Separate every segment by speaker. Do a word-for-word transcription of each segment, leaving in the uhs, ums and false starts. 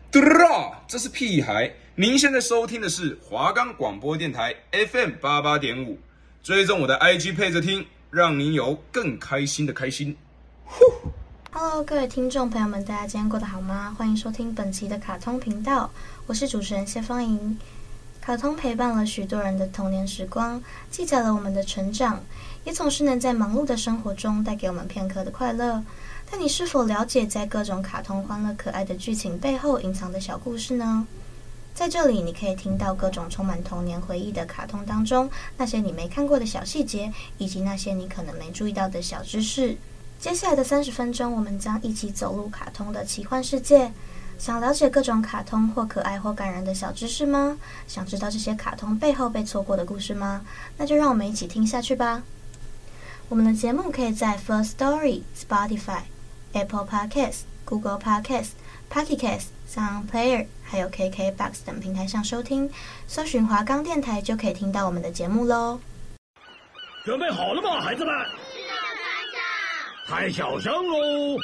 Speaker 1: 这是屁孩。您现在收听的是华冈广播电台 F M 八八点五，追踪我的 I G 配着听，让您有更开心的开心。
Speaker 2: Hello， 各位听众朋友们，大家今天过得好吗？欢迎收听本期的卡通频道，我是主持人谢芳莹。卡通陪伴了许多人的童年时光，记载了我们的成长，也总是能在忙碌的生活中带给我们片刻的快乐。但你是否了解在各种卡通欢乐可爱的剧情背后隐藏的小故事呢？在这里你可以听到各种充满童年回忆的卡通当中那些你没看过的小细节，以及那些你可能没注意到的小知识。接下来的三十分钟，我们将一起走入卡通的奇幻世界。想了解各种卡通或可爱或感人的小知识吗？想知道这些卡通背后被错过的故事吗？那就让我们一起听下去吧。我们的节目可以在 First Story、Spotify、Apple Podcasts、Google Podcasts、Pocket Casts、Sound Player 还有 K K B O X 等平台上收听，搜寻华冈电台就可以听到我们的节目咯。
Speaker 3: 准备好了吗，孩子们？
Speaker 4: 是的，船长。
Speaker 3: 太小声喽！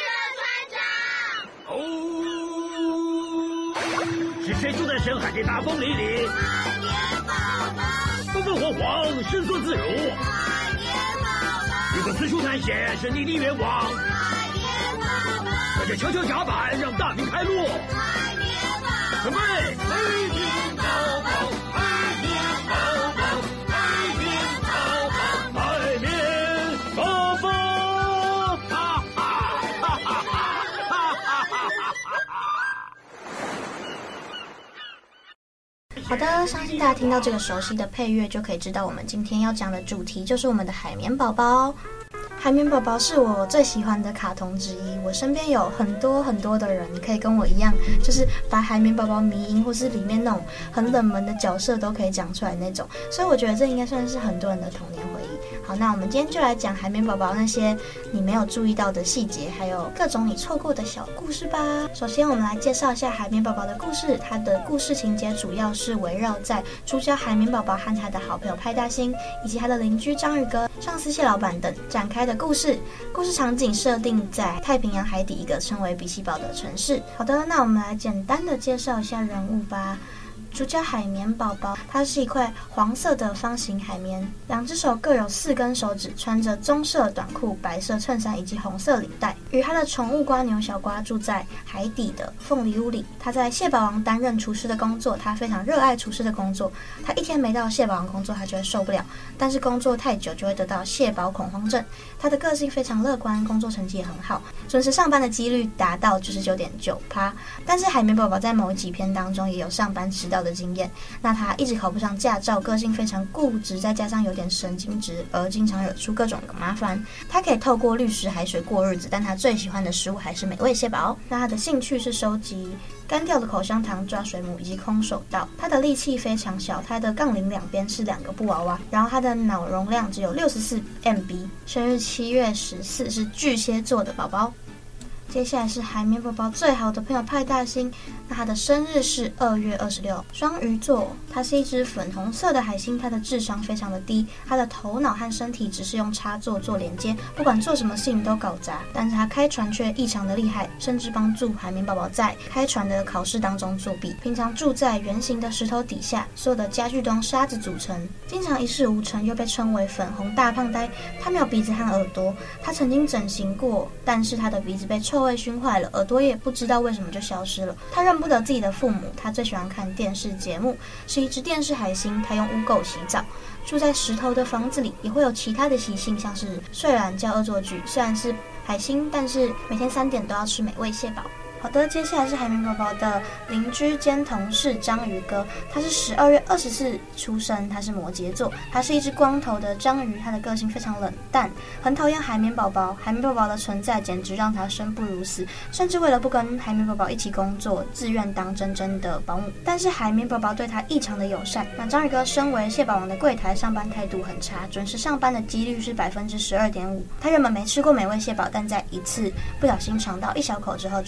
Speaker 4: 是的，船长。
Speaker 3: 哦，是谁住在深海的大风里里？
Speaker 4: 海绵宝宝。
Speaker 3: 风风火火，伸缩自如。
Speaker 4: 海绵宝宝。
Speaker 3: 如果四处探险是你的愿望，
Speaker 4: 海绵宝宝。
Speaker 3: 那就跷跷甲板，让大明开路。
Speaker 4: 海绵宝宝。
Speaker 3: 准备，海绵宝宝，海绵宝宝，海绵宝宝，海绵宝宝，哈哈哈哈哈哈哈哈！
Speaker 2: 好的，相信大家听到这个熟悉的配乐，就可以知道我们今天要讲的主题就是我们的海绵宝宝。海绵宝宝是我最喜欢的卡通之一，我身边有很多很多的人，你可以跟我一样，就是把海绵宝宝迷因或是里面那种很冷门的角色都可以讲出来那种，所以我觉得这应该算是很多人的童年回忆。好，那我们今天就来讲海绵宝宝那些你没有注意到的细节，还有各种你错过的小故事吧。首先我们来介绍一下海绵宝宝的故事，它的故事情节主要是围绕在主角海绵宝宝和他的好朋友派大星，以及他的邻居章鱼哥、上司蟹老板等展开的故事。故事场景设定在太平洋海底一个称为比希堡的城市。好的，那我们来简单的介绍一下人物吧。主角海绵宝宝，它是一块黄色的方形海绵，两只手各有四根手指，穿着棕色短裤、白色衬衫以及红色领带。与他的宠物瓜牛小瓜住在海底的凤梨屋里。他在蟹堡王担任厨师的工作，他非常热爱厨师的工作。他一天没到蟹堡王工作，他就会受不了，但是工作太久就会得到蟹堡恐慌症。他的个性非常乐观，工作成绩也很好，准时上班的几率达到 百分之九十九点九。但是海绵宝宝在某几篇当中也有上班迟到的经验，那他一直考不上驾照，个性非常固执，再加上有点神经质，而经常惹出各种麻烦。他可以透过绿石海水过日子，但他最喜欢的食物还是美味蟹堡。那他的兴趣是收集干掉的口香糖、抓水母以及空手道。他的力气非常小，他的杠铃两边是两个布娃娃，然后他的脑容量只有 六十四 M B。 生日七月十四，是巨蟹座的宝宝。接下来是海绵宝宝最好的朋友派大星，那他的生日是二月二十六，双鱼座。他是一只粉红色的海星，他的智商非常的低，他的头脑和身体只是用插座做连接，不管做什么事情都搞砸。但是他开船却异常的厉害，甚至帮助海绵宝宝在开船的考试当中作弊。平常住在圆形的石头底下，所有的家具都用沙子组成，经常一事无成，又被称为粉红大胖呆。他没有鼻子和耳朵，他曾经整形过，但是他的鼻子被臭味熏坏了，耳朵也不知道为什么就消失了。他认不得自己的父母，他最喜欢看电视节目，是一只电视海星。他用污垢洗澡，住在石头的房子里，也会有其他的习性，像是睡懒觉、恶作剧。虽然是海星，但是每天三点都要吃美味蟹堡。好的，接下来是海绵宝宝的邻居兼同事章鱼哥，他是十二月二十四出生，他是摩羯座，他是一只光头的章鱼，他的个性非常冷淡，很讨厌海绵宝宝。海绵宝宝的存在简直让他生不如死，甚至为了不跟海绵宝宝一起工作，自愿当真真的保姆。但是海绵宝宝对他异常的友善。那章鱼哥身为蟹堡王的柜台，上班态度很差，准时上班的几率是 百分之十二点五。他原本没吃过美味蟹堡，但在一次不小心尝到一小口之后，就疯狂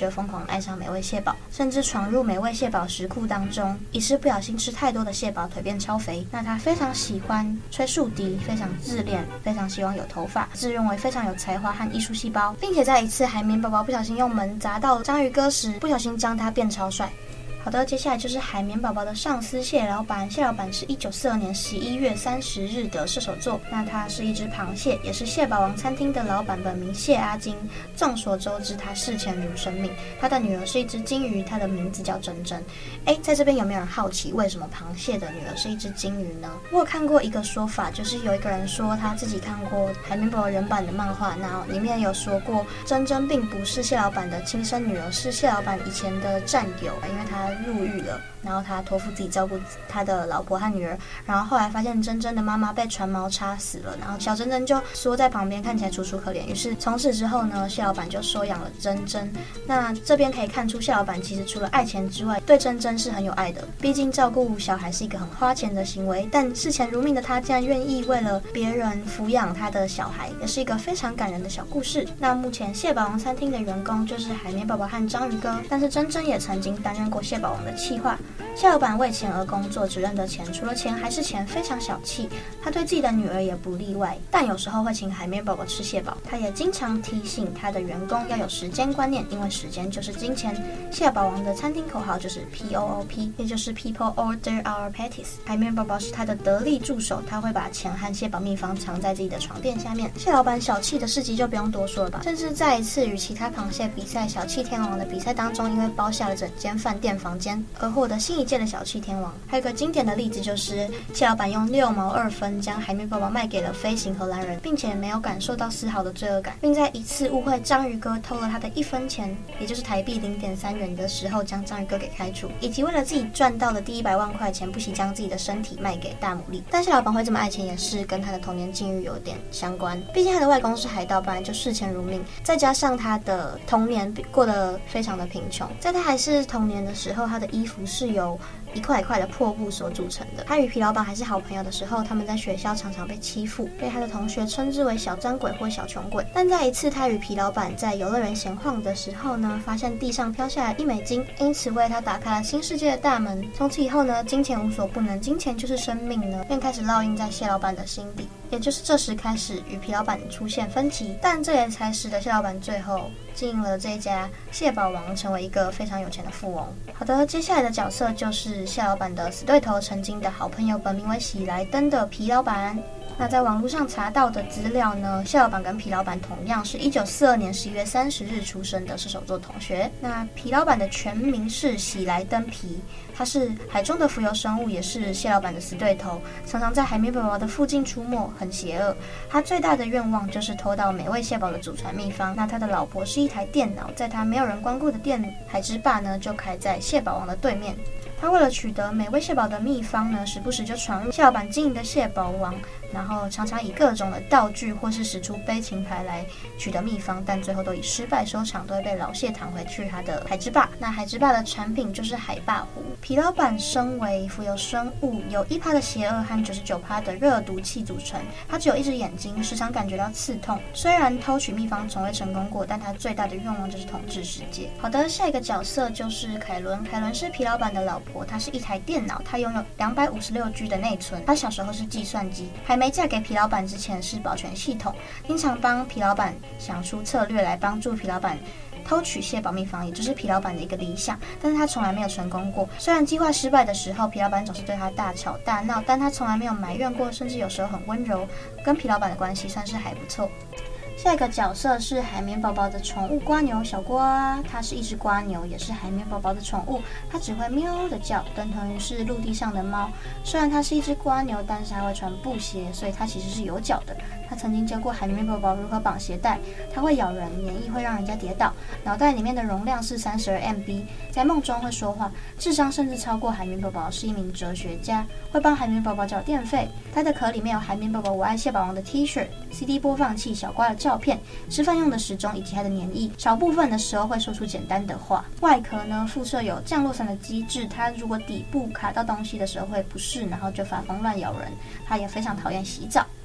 Speaker 2: 爱上美味蟹堡，甚至闯入美味蟹堡食库当中，一次不小心吃太多的蟹堡，腿变超肥。那他非常喜欢吹竖笛，非常自恋，非常希望有头发，自认为非常有才华和艺术细胞，并且在一次海绵宝宝不小心用门砸到章鱼哥时，不小心将他变超帅。好的，接下来就是海绵宝宝的上司蟹老板。蟹老板是一九四二年十一月三十日的射手座，那他是一只螃蟹，也是蟹堡王餐厅的老板，本名谢阿金。众所周知，他视钱如生命。他的女儿是一只金鱼，他的名字叫珍珍。哎，在这边有没有人好奇为什么螃蟹的女儿是一只金鱼呢？我有看过一个说法，就是有一个人说他自己看过海绵宝宝原版的漫画，那里面有说过珍珍并不是蟹老板的亲生女儿，是蟹老板以前的战友，因为他入狱了，然后他托付自己照顾他的老婆和女儿，然后后来发现珍珍的妈妈被船锚插死了，然后小珍珍就缩在旁边，看起来楚楚可怜。于是从此之后呢，蟹老板就收养了珍珍。那这边可以看出，蟹老板其实除了爱钱之外，对珍珍是很有爱的。毕竟照顾小孩是一个很花钱的行为，但视钱如命的他竟然愿意为了别人抚养他的小孩，也是一个非常感人的小故事。那目前蟹堡王餐厅的员工就是海绵宝宝和章鱼哥，但是珍珍也曾经担任过蟹堡王的企划。蟹老板为钱而工作，只认得钱，除了钱还是钱，非常小气。他对自己的女儿也不例外，但有时候会请海绵宝宝吃蟹堡。他也经常提醒他的员工要有时间观念，因为时间就是金钱。蟹堡王的餐厅口号就是 P O O P， 也就是 People Order Our Patties。海绵宝宝是他的得力助手，他会把钱和蟹堡秘方藏在自己的床垫下面。蟹老板小气的事迹就不用多说了吧，甚至在一次与其他螃蟹比赛小气天王的比赛当中，因为包下了整间饭店房间而获得新一届的小气天王。还有个经典的例子就是蟹老板用六毛二分将海绵宝宝卖给了飞行荷兰人，并且没有感受到丝毫的罪恶感，并在一次误会章鱼哥偷了他的一分钱，也就是台币零点三元的时候将章鱼哥给开除，以及为了自己赚到的第一百万块钱不惜将自己的身体卖给大牡蛎。但蟹老板会这么爱钱也是跟他的童年境遇有点相关，毕竟他的外公是海盗，本来就视钱如命，再加上他的童年过得非常的贫穷，在他还是童年的时候，他的衣服是由一块一块的破布所组成的。他与皮老板还是好朋友的时候，他们在学校常常被欺负，被他的同学称之为小脏鬼或小穷鬼。但在一次他与皮老板在游乐园闲晃的时候呢，发现地上飘下来一美金，因此为他打开了新世界的大门。从此以后呢，金钱无所不能，金钱就是生命呢，便开始烙印在蟹老板的心底。也就是这时开始与皮老板出现分歧，但这也才使得蟹老板最后经营了这一家蟹堡王，成为一个非常有钱的富翁。好的，接下来的角色就是蟹老板的死对头，曾经的好朋友，本名为喜来登的皮老板。那在网络上查到的资料呢，蟹老板跟皮老板同样是一九四二年十一月三十日出生的射手座同学。那皮老板的全名是喜来登皮，他是海中的浮游生物，也是蟹老板的死对头，常常在海绵宝宝的附近出没，很邪恶。他最大的愿望就是偷到美味蟹堡的祖传秘方。那他的老婆是一台电脑，在他没有人光顾的店海之霸呢，就开在蟹堡王的对面。他为了取得美味蟹堡的秘方呢，时不时就闯入蟹老板经营的蟹堡王，然后常常以各种的道具或是使出悲情牌来取得秘方，但最后都以失败收场，都会被老蟹弹回去他的海之霸。那海之霸的产品就是海霸湖。皮老板身为浮游生物，有 百分之一 的邪恶和 百分之九十九 的热毒气组成。他只有一只眼睛，时常感觉到刺痛。虽然偷取秘方从未成功过，但他最大的愿望就是统治世界。好的，下一个角色就是凯伦。凯伦是皮老板的老婆，她是一台电脑，她拥有 两百五十六 G 的内存。她小时候是计算机，还没嫁给皮老板之前是保全系统，经常帮皮老板想出策略来帮助皮老板偷取蟹堡秘方，也就是皮老板的一个理想，但是他从来没有成功过。虽然计划失败的时候，皮老板总是对他大吵大闹，但他从来没有埋怨过，甚至有时候很温柔，跟皮老板的关系算是还不错。下一个角色是海绵宝宝的宠物瓜牛小瓜，它是一只瓜牛，也是海绵宝宝的宠物。它只会喵的叫，等同于是陆地上的猫。虽然它是一只瓜牛，但是它会穿布鞋，所以它其实是有脚的。它曾经教过海绵宝宝如何绑鞋带，它会咬人，免疫会让人家跌倒，脑袋里面的容量是 三十二 M B， 在梦中会说话，智商甚至超过海绵宝宝，是一名哲学家，会帮海绵宝宝缴电费。它的壳里面有海绵宝宝我爱蟹堡王的 T 恤、C D 播放器、小瓜的照片、吃饭用的时钟以及它的黏液，少部分的时候会说出简单的话。外壳呢附设有降落伞的机制，它如果底部卡到东西的时候会不适，然后就发疯乱咬人。它也非常讨厌洗澡。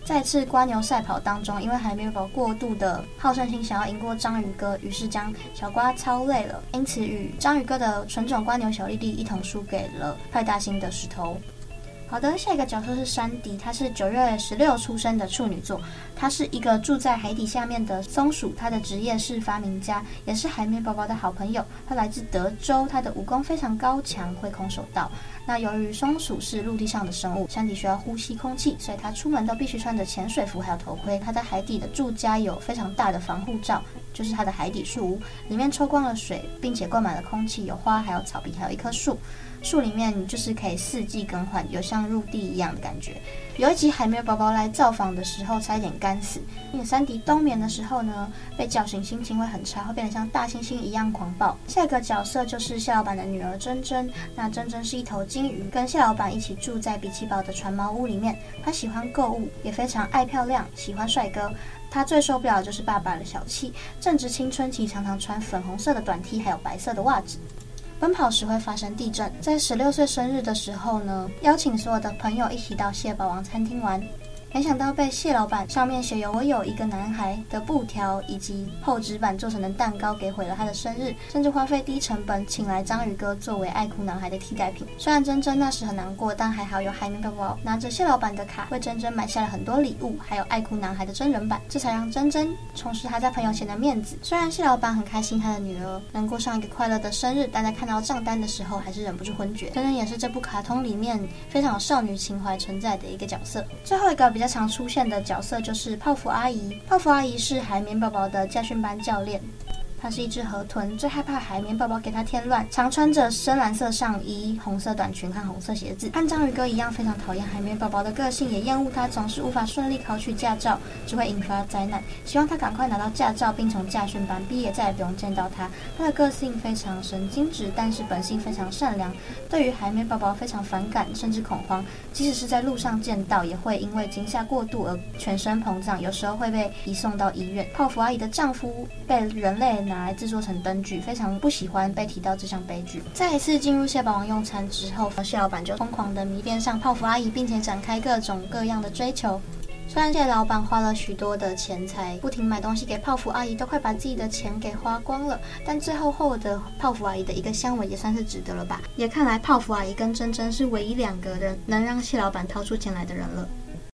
Speaker 2: 在一次瓜牛赛跑当中，因为海绵宝宝过度的好胜心，想要赢过章鱼哥，于是将小瓜操累了，因此与章鱼哥的纯种瓜牛小莉莉一同输给了派大星的石头。好的，下一个角色是珊迪，她是九月十六出生的处女座，她是一个住在海底下面的松鼠，她的职业是发明家，也是海绵宝宝的好朋友。她来自德州，她的武功非常高强，会空手道。那由于松鼠是陆地上的生物，珊迪需要呼吸空气，所以她出门都必须穿着潜水服还有头盔。她在海底的住家有非常大的防护罩，就是她的海底树屋，里面抽光了水，并且灌满了空气，有花，还有草皮，还有一棵树。树里面就是可以四季更换，有像入地一样的感觉。有一集海绵宝宝来造访的时候，差一点干死，因为珊迪冬眠的时候呢，被叫醒，心情会很差，会变得像大猩猩一样狂暴。下一个角色就是蟹老板的女儿珍珍，那珍珍是一头金鱼，跟蟹老板一起住在比奇堡的船锚屋里面。她喜欢购物，也非常爱漂亮，喜欢帅哥。她最受不了的就是爸爸的小气，正值青春期，常常穿粉红色的短 T 还有白色的袜子。奔跑时会发生地震，在十六岁生日的时候呢，邀请所有的朋友一起到蟹堡王餐厅玩，没想到被蟹老板上面写有我有一个男孩的布条以及厚纸板做成的蛋糕给毁了他的生日，甚至花费低成本请来章鱼哥作为爱哭男孩的替代品。虽然珍珍那时很难过，但还好有海绵宝宝拿着蟹老板的卡为珍珍买下了很多礼物，还有爱哭男孩的真人版，这才让珍珍重拾她在朋友前的面子。虽然蟹老板很开心他的女儿能过上一个快乐的生日，但在看到账单的时候还是忍不住昏厥。珍珍也是这部卡通里面非常有少女情怀存在的一个角色。最后一个比较常出现的角色就是泡芙阿姨。泡芙阿姨是海绵宝宝的驾训班教练，她是一只河豚，最害怕海绵宝宝给她添乱，常穿着深蓝色上衣、红色短裙和红色鞋子。和章鱼哥一样，非常讨厌海绵宝宝的个性，也厌恶他总是无法顺利考取驾照，只会引发灾难。希望他赶快拿到驾照，并从驾训班毕业，再也不用见到他。他的个性非常神经质，但是本性非常善良，对于海绵宝宝非常反感，甚至恐慌。即使是在路上见到，也会因为惊吓过度而全身膨胀，有时候会被移送到医院。泡芙阿姨的丈夫被人类拿来制作成灯具，非常不喜欢被提到这项悲剧。再一次进入蟹堡王用餐之后，蟹老板就疯狂的迷恋上泡芙阿姨，并且展开各种各样的追求。虽然蟹老板花了许多的钱财，不停买东西给泡芙阿姨，都快把自己的钱给花光了，但最后获得泡芙阿姨的一个香吻也算是值得了吧。也看来泡芙阿姨跟珍珍是唯一两个人能让蟹老板掏出钱来的人了。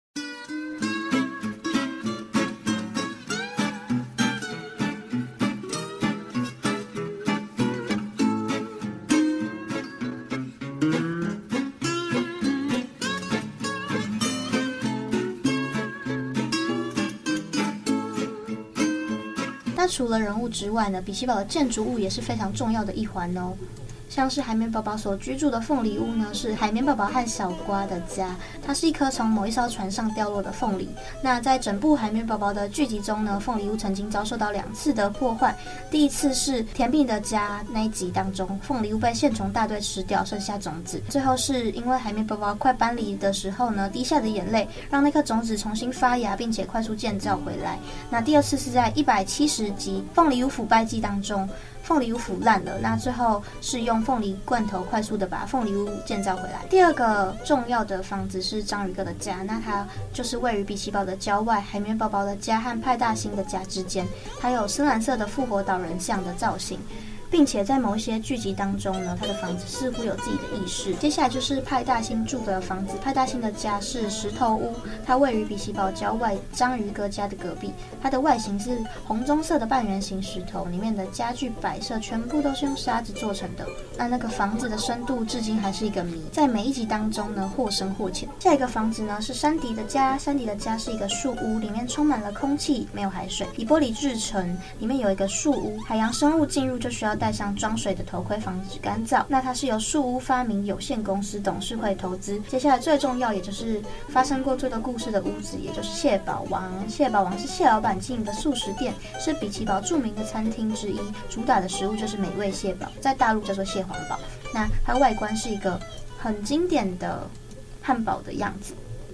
Speaker 2: 那除了人物之外呢，比奇堡的建筑物也是非常重要的一环哦。像是海绵宝宝所居住的凤梨屋呢，是海绵宝宝和小瓜的家，它是一颗从某一艘船上掉落的凤梨。那在整部海绵宝宝的剧集中呢，凤梨屋曾经遭受到两次的破坏。第一次是甜蜜的家那一集当中，凤梨屋被线虫大队吃掉，剩下种子。最后是因为海绵宝宝快搬离的时候呢，滴下的眼泪让那颗种子重新发芽，并且快速建造回来。那第二次是在一百七十集凤梨屋腐败记当中，凤梨屋腐烂了，那最后是用凤梨罐头快速的把凤梨屋建造回来。第二个重要的房子是章鱼哥的家，那它就是位于比奇堡的郊外，海绵宝宝的家和派大星的家之间，它有深蓝色的复活岛人像的造型。并且在某一些剧集当中呢，他的房子似乎有自己的意识。接下来就是派大星住的房子，派大星的家是石头屋，它位于比奇堡郊外章鱼哥家的隔壁。它的外形是红棕色的半圆形石头，里面的家具摆设全部都是用沙子做成的。那那个房子的深度至今还是一个谜，在每一集当中呢，或深或浅。下一个房子呢是珊迪的家，珊迪的家是一个树屋，里面充满了空气，没有海水，以玻璃制成，里面有一个树屋，海洋生物进入就需要戴上装水的头盔防止干燥。那它是由树屋发明有限公司董事会投资。接下来最重要也就是发生过最多故事的屋子，也就是蟹堡王。蟹堡王是蟹老板经营的素食店，是比奇堡著名的餐厅之一，主打的食物就是美味蟹堡，在大陆叫做蟹黄堡。那它外观是一个很经典的汉堡的样子，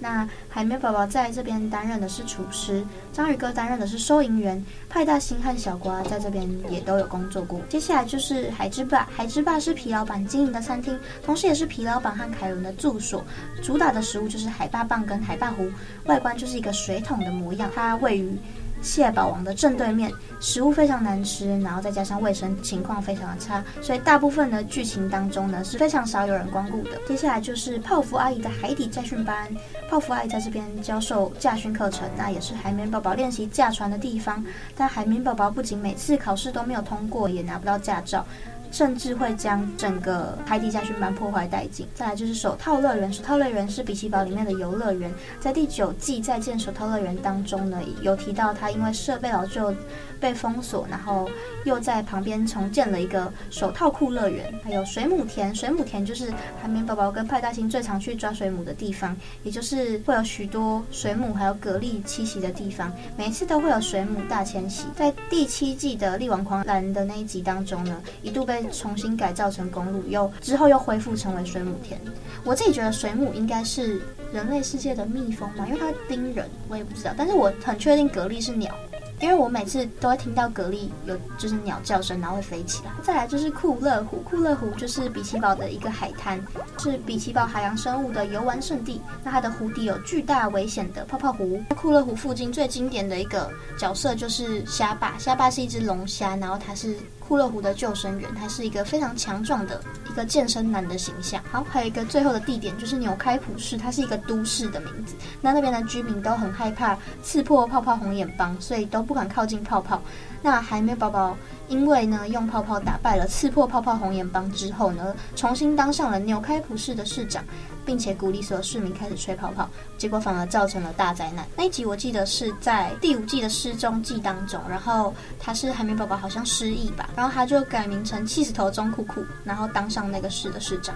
Speaker 2: 那海绵宝宝在这边担任的是厨师，章鱼哥担任的是收银员，派大星和小瓜在这边也都有工作过。接下来就是海之霸，海之霸是皮老板经营的餐厅，同时也是皮老板和凯伦的住所。主打的食物就是海霸棒跟海霸湖，外观就是一个水桶的模样，它位于蟹堡王的正对面，食物非常难吃，然后再加上卫生情况非常的差，所以大部分的剧情当中呢是非常少有人光顾的。接下来就是泡芙阿姨的海底驾训班，泡芙阿姨在这边教授驾训课程，那也是海绵宝宝练习驾船的地方。但海绵宝宝不仅每次考试都没有通过，也拿不到驾照，甚至会将整个海底驾训班破坏殆尽。再来就是手套乐园，手套乐园是比奇堡里面的游乐园，在第九季再见手套乐园当中呢，有提到它因为设备老旧被封锁，然后又在旁边重建了一个手套库乐园。还有水母田，水母田就是海绵宝宝跟派大星最常去抓水母的地方，也就是会有许多水母还有蛤蜊栖息的地方，每一次都会有水母大迁徙。在第七季的力王狂澜的那一集当中呢，一度被重新改造成公路，又之后又恢复成为水母田。我自己觉得水母应该是人类世界的蜜蜂嘛，因为它会叮人，我也不知道，但是我很确定蛤蜊是鸟，因为我每次都会听到蛤蜊有就是鸟叫声，然后会飞起来。再来就是库勒湖，库勒湖就是比奇堡的一个海滩，是比奇堡海洋生物的游玩胜地。那它的湖底有巨大危险的泡泡湖。库勒湖附近最经典的一个角色就是虾霸，虾霸是一只龙虾，然后它是库勒湖的救生员，他是一个非常强壮的一个健身男的形象。好，还有一个最后的地点就是纽开普市，它是一个都市的名字。那那边的居民都很害怕刺破泡泡红眼帮，所以都不敢靠近泡泡。那海绵宝宝因为呢用泡泡打败了刺破泡泡红眼帮之后呢，重新当上了纽开普市的市长，并且鼓励所有市民开始吹泡泡，结果反而造成了大灾难。那一集我记得是在第五季的失踪记当中，然后他是海绵宝宝好像失忆吧，然后他就改名成气死头中酷酷，然后当上那个市的市长。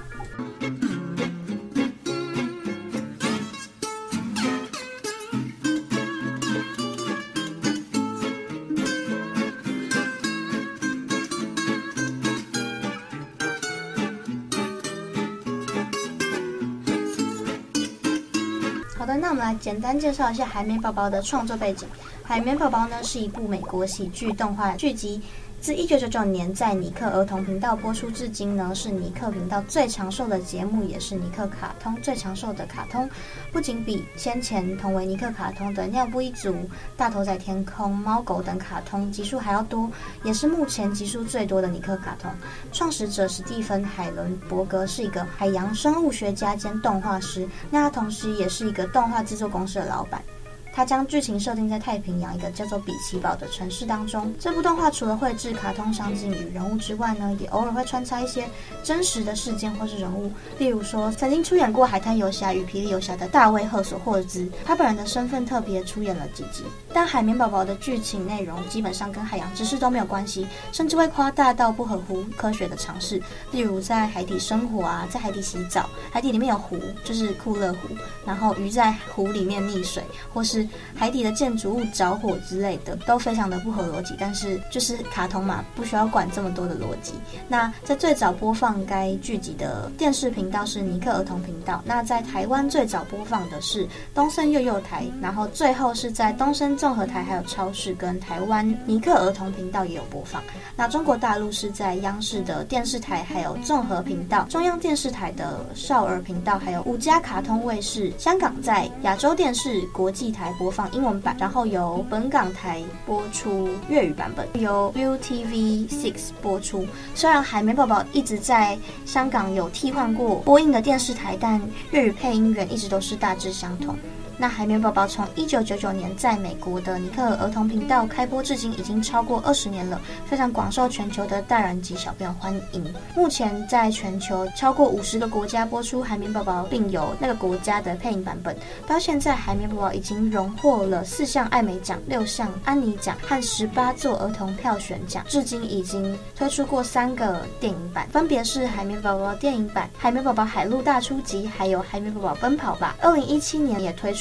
Speaker 2: 好的，那我们来简单介绍一下海绵宝宝的创作背景。海绵宝宝呢是一部美国喜剧动画剧集，自一九九九年在尼克儿童频道播出至今呢，是尼克频道最长寿的节目，也是尼克卡通最长寿的卡通。不仅比先前同为尼克卡通的尿布一族、大头仔天空、猫狗等卡通集数还要多，也是目前集数最多的尼克卡通。创始者史蒂芬·海伦伯格是一个海洋生物学家兼动画师，那他同时也是一个动画制作公司的老板。他将剧情设定在太平洋一个叫做比奇堡的城市当中。这部动画除了绘制卡通场景与人物之外呢，也偶尔会穿插一些真实的事件或是人物。例如说，曾经出演过《海滩游侠与霹雳游侠》的大卫·赫索霍兹，他本人的身份特别出演了几集。但海绵宝宝的剧情内容基本上跟海洋知识都没有关系，甚至会夸大到不合乎科学的常识。例如在海底生活啊，在海底洗澡，海底里面有湖，就是库勒湖，然后鱼在湖里面溺水，或是海底的建筑物着火之类的，都非常的不合逻辑。但是就是卡通嘛，不需要管这么多的逻辑。那在最早播放该剧集的电视频道是尼克儿童频道，那在台湾最早播放的是东森幼幼台，然后最后是在东森综合台还有超视跟台湾尼克儿童频道也有播放。那中国大陆是在央视的电视台还有综合频道、中央电视台的少儿频道还有五家卡通卫视，香港在亚洲电视国际台播放英文版，然后由本港台播出粤语版本，由 Viu T V 六播出。虽然海绵宝宝一直在香港有替换过播映的电视台，但粤语配音员一直都是大致相同。那海绵宝宝从一九九九年在美国的尼克儿童频道开播至今已经超过二十年了，非常广受全球的大人及小朋友欢迎。目前在全球超过五十个国家播出海绵宝宝，并有那个国家的配音版本。到现在海绵宝宝已经荣获了四项艾美奖、六项安妮奖和十八座儿童票选奖，至今已经推出过三个电影版，分别是海绵宝宝电影版、海绵宝宝海陆大出击还有海绵宝宝奔跑吧。二零一七年也推出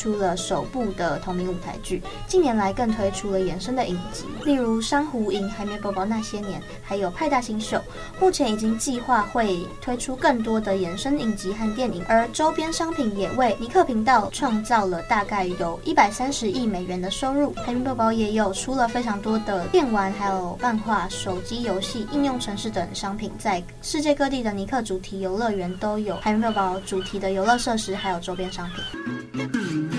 Speaker 2: 出了首部的同名舞台剧，近年来更推出了衍生的影集，例如《珊瑚营》、《海绵宝宝那些年》，还有《派大星秀》。目前已经计划会推出更多的衍生影集和电影，而周边商品也为尼克频道创造了大概有一百三十亿美元的收入。海绵宝宝也有出了非常多的电玩、还有漫画、手机游戏、应用程式等商品，在世界各地的尼克主题游乐园都有海绵宝宝主题的游乐设施，还有周边商品。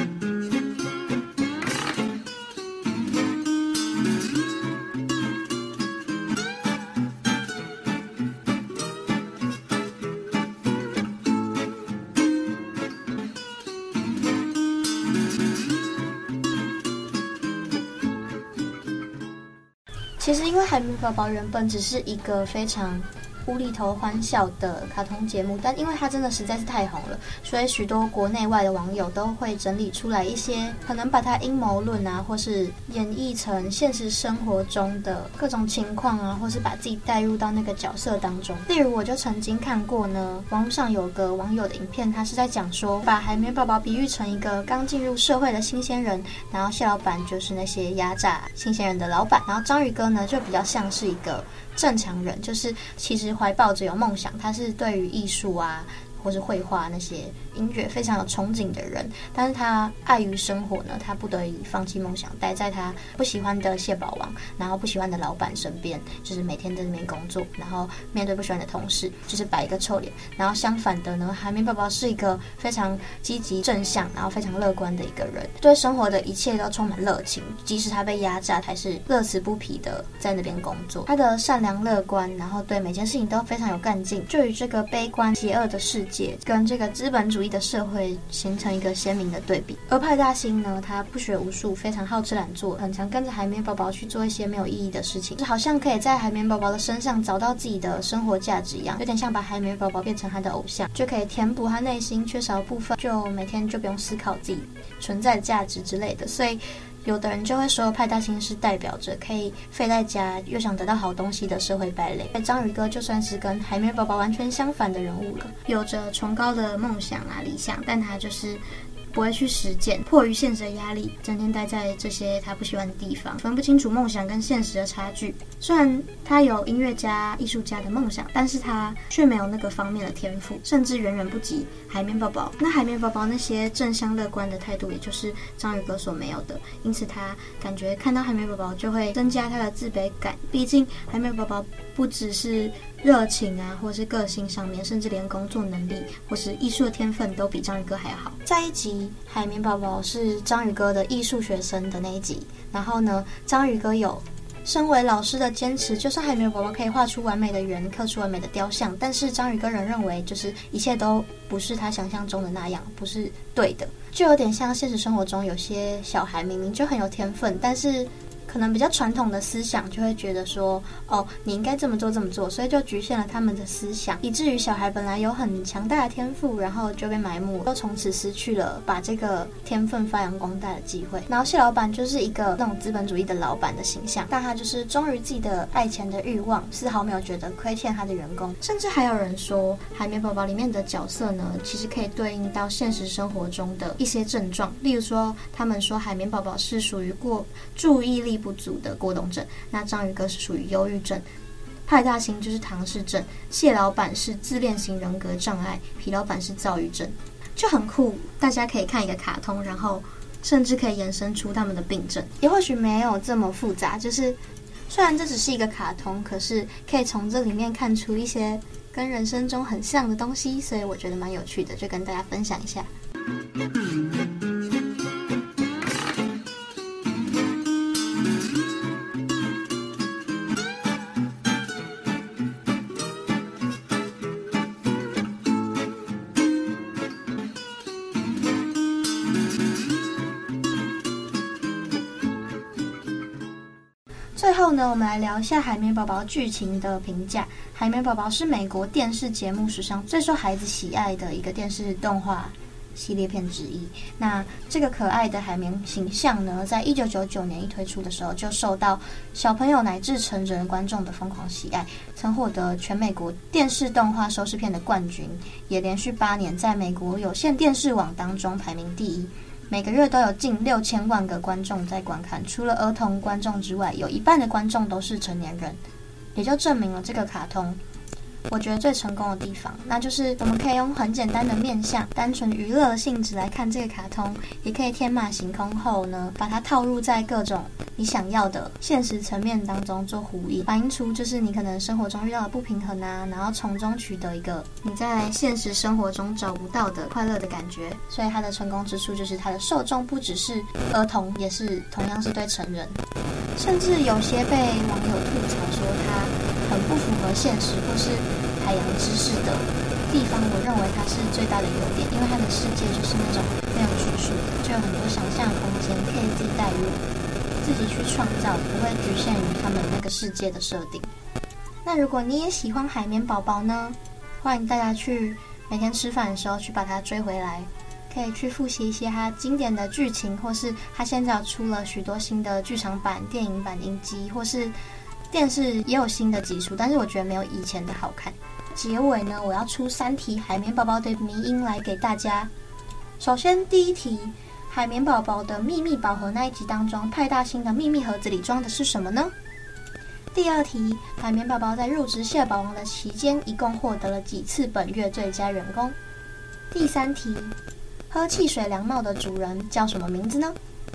Speaker 2: 其实，因为海绵宝宝原本只是一个非常无厘头欢笑的卡通节目，但因为它真的实在是太红了，所以许多国内外的网友都会整理出来一些可能把它阴谋论啊，或是演绎成现实生活中的各种情况啊，或是把自己带入到那个角色当中。例如，我就曾经看过呢，网络上有个网友的影片，他是在讲说，把海绵宝宝比喻成一个刚进入社会的新鲜人，然后蟹老板就是那些压榨新鲜人的老板，然后章鱼哥呢就比较像是一个正常人，就是其实怀抱着有梦想，他是对于艺术啊或是绘画那些音乐非常有憧憬的人，但是他碍于生活呢，他不得已放弃梦想，待在他不喜欢的蟹堡王，然后不喜欢的老板身边，就是每天在那边工作，然后面对不喜欢的同事，就是摆一个臭脸。然后相反的呢，海绵宝宝是一个非常积极正向，然后非常乐观的一个人，对生活的一切都充满热情，即使他被压榨，还是乐此不疲的在那边工作。他的善良乐观，然后对每件事情都非常有干劲，就与这个悲观邪恶的世界跟这个资本主义的社会形成一个鲜明的对比。而派大星呢，他不学无术，非常好吃懒做，很常跟着海绵宝宝去做一些没有意义的事情，就好像可以在海绵宝宝的身上找到自己的生活价值一样，有点像把海绵宝宝变成他的偶像，就可以填补他内心缺少的部分，就每天就不用思考自己存在的价值之类的。所以有的人就会说，派大星是代表着可以废在家又想得到好东西的社会败类。章鱼哥就算是跟海绵宝宝完全相反的人物了，有着崇高的梦想啊理想，但他就是不会去实践，迫于现实的压力，整天待在这些他不喜欢的地方，分不清楚梦想跟现实的差距。虽然他有音乐家、艺术家的梦想，但是他却没有那个方面的天赋，甚至远远不及海绵宝宝。那海绵宝宝那些正向乐观的态度，也就是章鱼哥所没有的，因此他感觉看到海绵宝宝就会增加他的自卑感。毕竟海绵宝宝不只是热情啊，或是个性上面，甚至连工作能力或是艺术的天分都比章鱼哥还要好。在一集海绵宝宝是章鱼哥的艺术学生的那一集，然后呢，章鱼哥有身为老师的坚持，就算海绵宝宝可以画出完美的圆，刻出完美的雕像，但是章鱼哥仍认为就是一切都不是他想象中的那样，不是对的，就有点像现实生活中有些小孩明明就很有天分，但是可能比较传统的思想就会觉得说，哦，你应该这么做这么做，所以就局限了他们的思想，以至于小孩本来有很强大的天赋，然后就被埋没，又从此失去了把这个天分发扬光大的机会。然后蟹老板就是一个那种资本主义的老板的形象，但他就是忠于自己的爱钱的欲望，丝毫没有觉得亏欠他的员工。甚至还有人说，海绵宝宝里面的角色呢，其实可以对应到现实生活中的一些症状，例如说，他们说海绵宝宝是属于过注意力不足的过动症，那章鱼哥是属于忧郁症，派大星就是唐氏症，蟹老板是自恋型人格障碍，皮老板是躁郁症，就很酷。大家可以看一个卡通，然后甚至可以延伸出他们的病症，也或许没有这么复杂，就是虽然这只是一个卡通，可是可以从这里面看出一些跟人生中很像的东西，所以我觉得蛮有趣的，就跟大家分享一下。最后呢，我们来聊一下海绵宝宝剧情的评价。海绵宝宝是美国电视节目史上最受孩子喜爱的一个电视动画系列片之一。那这个可爱的海绵形象呢，在一九九九年一推出的时候，就受到小朋友乃至成人观众的疯狂喜爱，曾获得全美国电视动画收视片的冠军，也连续八年在美国有线电视网当中排名第一。 每个月都有近六千万个观众在观看，除了儿童观众之外，有一半的观众都是成年人，也就证明了这个卡通我觉得最成功的地方，那就是我们可以用很简单的面向，单纯娱乐的性质来看这个卡通，也可以天马行空后呢，把它套入在各种你想要的现实层面当中做呼应，反映出就是你可能生活中遇到的不平衡啊，然后从中取得一个你在现实生活中找不到的快乐的感觉。所以它的成功之处就是它的受众不只是儿童，也是同样是对成人，甚至有些被网友吐槽说它很不符合现实或是海洋知识的地方，我认为它是最大的优点，因为它的世界就是那种没有拘束的，就有很多想象空间，可以自己带入，自己去创造，不会局限于他们那个世界的设定。那如果你也喜欢海绵宝宝呢，欢迎大家去每天吃饭的时候去把它追回来，可以去复习一些它经典的剧情，或是它现在有出了许多新的剧场版、电影版、影集，或是电视也有新的集数，但是我觉得没有以前的好看。结尾呢，我要出三题海绵宝宝的迷因来给大家。首先第一题，海绵宝宝的秘密宝盒那一集当中，派大星的秘密盒子里装的是什么呢？第二题，海绵宝宝在入职蟹堡王的期间，一共获得了几次本月最佳员工？第三题，喝汽水凉帽的主人叫什么名字呢？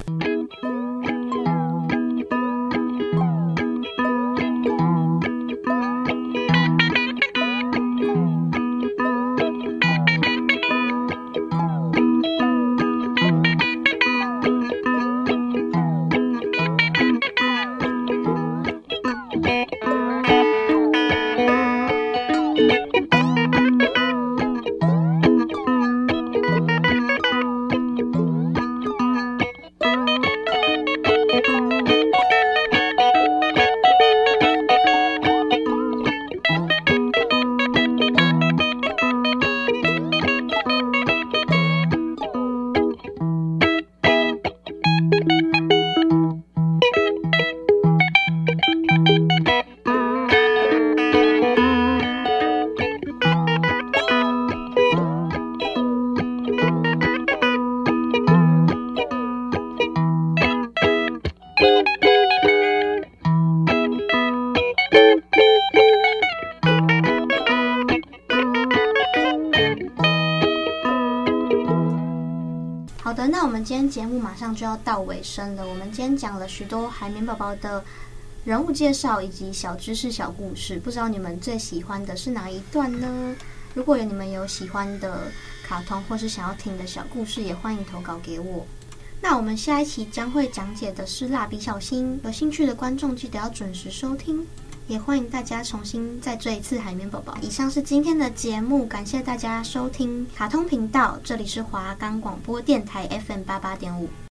Speaker 2: 好的，那我们今天节目马上就要到尾声了。我们今天讲了许多海绵宝宝的人物介绍以及小知识、小故事，不知道你们最喜欢的是哪一段呢？如果有你们有喜欢的卡通或是想要听的小故事，也欢迎投稿给我。那我们下一期将会讲解的是蜡笔小新，有兴趣的观众记得要准时收听，也欢迎大家重新再追一次海绵宝宝。以上是今天的节目，感谢大家收听卡通频道，这里是华冈广播电台 F M 八八点五。